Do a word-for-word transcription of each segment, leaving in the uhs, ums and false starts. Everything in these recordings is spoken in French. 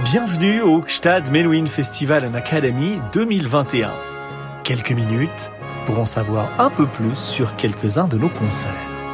Bienvenue au Gstaad Menuhin Festival and Academy deux mille vingt et un. Quelques minutes pour en savoir un peu plus sur quelques-uns de nos concerts.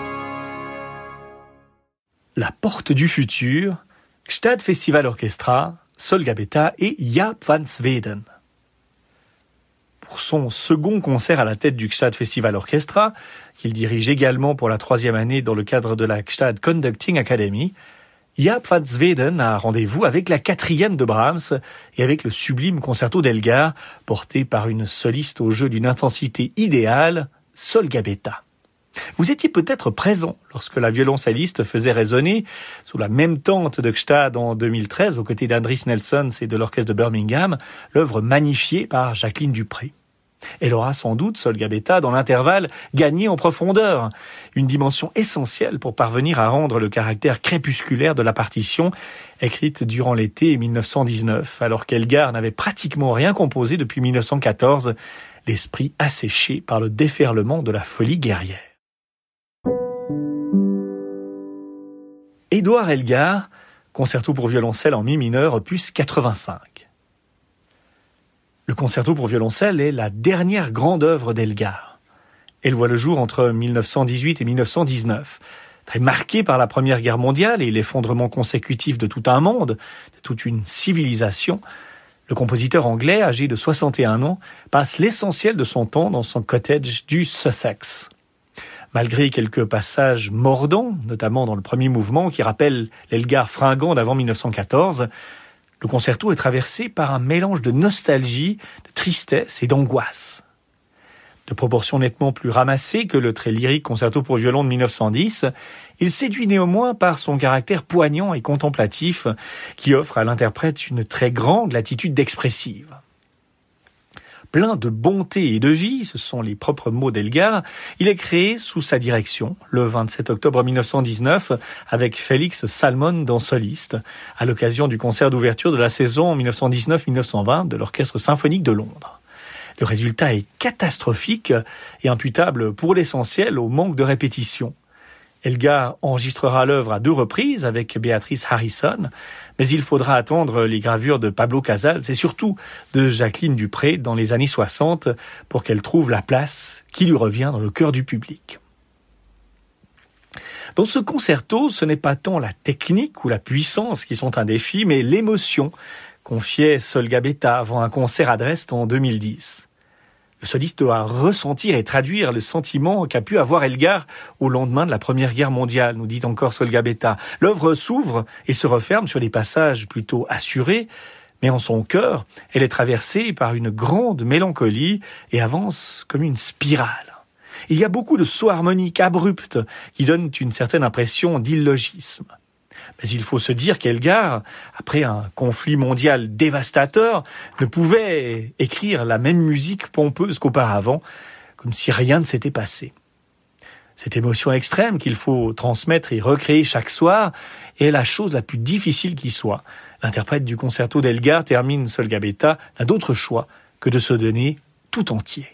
La Porte du Futur, Gstaad Festival Orchestra, Sol Gabetta et Jaap van Zweden. Pour son second concert à la tête du Gstaad Festival Orchestra, qu'il dirige également pour la troisième année dans le cadre de la Gstaad Conducting Academy, Jaap van Zweden a rendez-vous avec la quatrième de Brahms et avec le sublime concerto d'Elgar, porté par une soliste au jeu d'une intensité idéale, Sol Gabetta. Vous étiez peut-être présent lorsque la violoncelliste faisait résonner, sous la même tente de Gstaad en deux mille treize, aux côtés d'Andris Nelsons et de l'orchestre de Birmingham, l'œuvre magnifiée par Jacqueline Dupré. Elle aura sans doute, Sol Gabetta, dans l'intervalle, gagné en profondeur, une dimension essentielle pour parvenir à rendre le caractère crépusculaire de la partition, écrite durant l'été mille neuf cent dix-neuf, alors qu'Elgar n'avait pratiquement rien composé depuis mille neuf cent quatorze, l'esprit asséché par le déferlement de la folie guerrière. Édouard Elgar, concerto pour violoncelle en mi mineur, opus quatre-vingt-cinq. Le concerto pour violoncelle est la dernière grande œuvre d'Elgar. Elle voit le jour entre mille neuf cent dix-huit et mille neuf cent dix-neuf. Très marquée par la Première Guerre mondiale et l'effondrement consécutif de tout un monde, de toute une civilisation, le compositeur anglais, âgé de soixante et un ans, passe l'essentiel de son temps dans son cottage du Sussex. Malgré quelques passages mordants, notamment dans le premier mouvement qui rappelle l'Elgar fringant d'avant mille neuf cent quatorze, le concerto est traversé par un mélange de nostalgie, de tristesse et d'angoisse. De proportions nettement plus ramassées que le très lyrique concerto pour violon de mille neuf cent dix, il séduit néanmoins par son caractère poignant et contemplatif qui offre à l'interprète une très grande latitude d'expressive. Plein de bonté et de vie, ce sont les propres mots d'Elgar, il est créé sous sa direction le vingt-sept octobre mille neuf cent dix-neuf avec Félix Salmon dans soliste, à l'occasion du concert d'ouverture de la saison mille neuf cent dix-neuf mille neuf cent vingt de l'Orchestre symphonique de Londres. Le résultat est catastrophique et imputable pour l'essentiel au manque de répétition. Elgar enregistrera l'œuvre à deux reprises avec Beatrice Harrison, mais il faudra attendre les gravures de Pablo Casals et surtout de Jacqueline Dupré dans les années soixante pour qu'elle trouve la place qui lui revient dans le cœur du public. Dans ce concerto, ce n'est pas tant la technique ou la puissance qui sont un défi, mais l'émotion, confiait Sol Gabetta avant un concert à Dresde en deux mille dix. Le soliste doit ressentir et traduire le sentiment qu'a pu avoir Elgar au lendemain de la Première Guerre mondiale, nous dit encore Sol Gabetta. L'œuvre s'ouvre et se referme sur des passages plutôt assurés, mais en son cœur, elle est traversée par une grande mélancolie et avance comme une spirale. Il y a beaucoup de sauts harmoniques abrupts qui donnent une certaine impression d'illogisme. Mais il faut se dire qu'Elgar, après un conflit mondial dévastateur, ne pouvait écrire la même musique pompeuse qu'auparavant, comme si rien ne s'était passé. Cette émotion extrême qu'il faut transmettre et recréer chaque soir est la chose la plus difficile qui soit. L'interprète du concerto d'Elgar, termine Sol Gabetta, n'a d'autre choix que de se donner tout entier.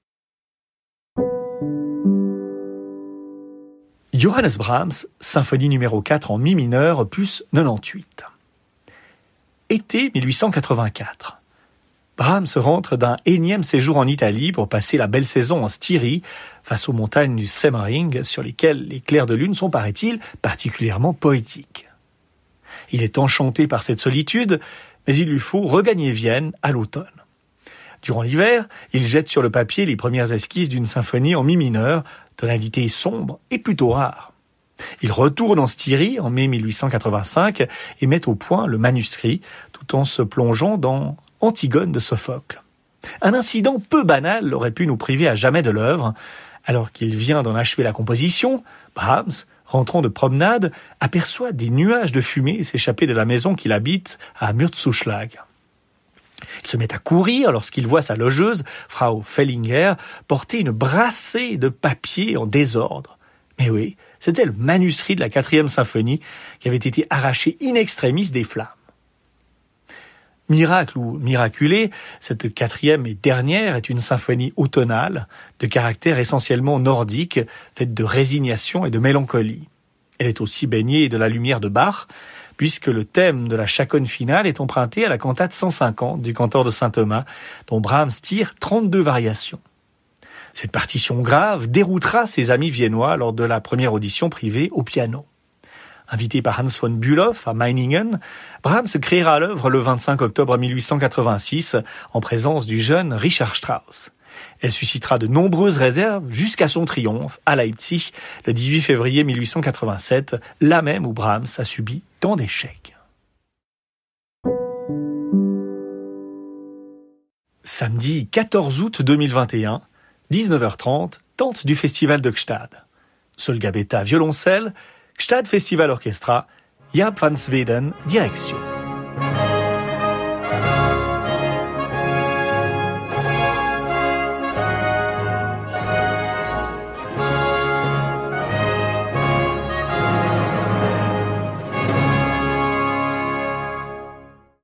Johannes Brahms, symphonie numéro quatre en mi mineur, opus quatre-vingt-dix-huit. Été mille huit cent quatre-vingt-quatre. Brahms rentre d'un énième séjour en Italie pour passer la belle saison en Styrie, face aux montagnes du Semmering, sur lesquelles les clairs de lune sont, paraît-il, particulièrement poétiques. Il est enchanté par cette solitude, mais il lui faut regagner Vienne à l'automne. Durant l'hiver, il jette sur le papier les premières esquisses d'une symphonie en mi mineur, tonalité sombre et plutôt rare. Il retourne en Styrie en mai mille huit cent quatre-vingt-cinq et met au point le manuscrit, tout en se plongeant dans Antigone de Sophocle. Un incident peu banal aurait pu nous priver à jamais de l'œuvre. Alors qu'il vient d'en achever la composition, Brahms, rentrant de promenade, aperçoit des nuages de fumée s'échapper de la maison qu'il habite à Mürzzuschlag. Il se met à courir lorsqu'il voit sa logeuse, Frau Fellinger, porter une brassée de papier en désordre. Mais oui, c'était le manuscrit de la quatrième symphonie qui avait été arraché in extremis des flammes. Miracle ou miraculé, cette quatrième et dernière est une symphonie automnale, de caractère essentiellement nordique, faite de résignation et de mélancolie. Elle est aussi baignée de la lumière de Bach, puisque le thème de la chaconne finale est emprunté à la cantate cent cinquante du cantor de Saint-Thomas, dont Brahms tire trente-deux variations. Cette partition grave déroutera ses amis viennois lors de la première audition privée au piano. Invité par Hans von Bülow à Meiningen, Brahms créera l'œuvre le vingt-cinq octobre mille huit cent quatre-vingt-six en présence du jeune Richard Strauss. Elle suscitera de nombreuses réserves jusqu'à son triomphe à Leipzig le dix-huit février mille huit cent quatre-vingt-sept, là même où Brahms a subi tant d'échecs. Samedi quatorze août deux mille vingt et un, dix-neuf heures trente, tente du festival de Gstaad. Solga Beta violoncelle, Gstaad Festival Orchestra, Jaap van Zweden direction.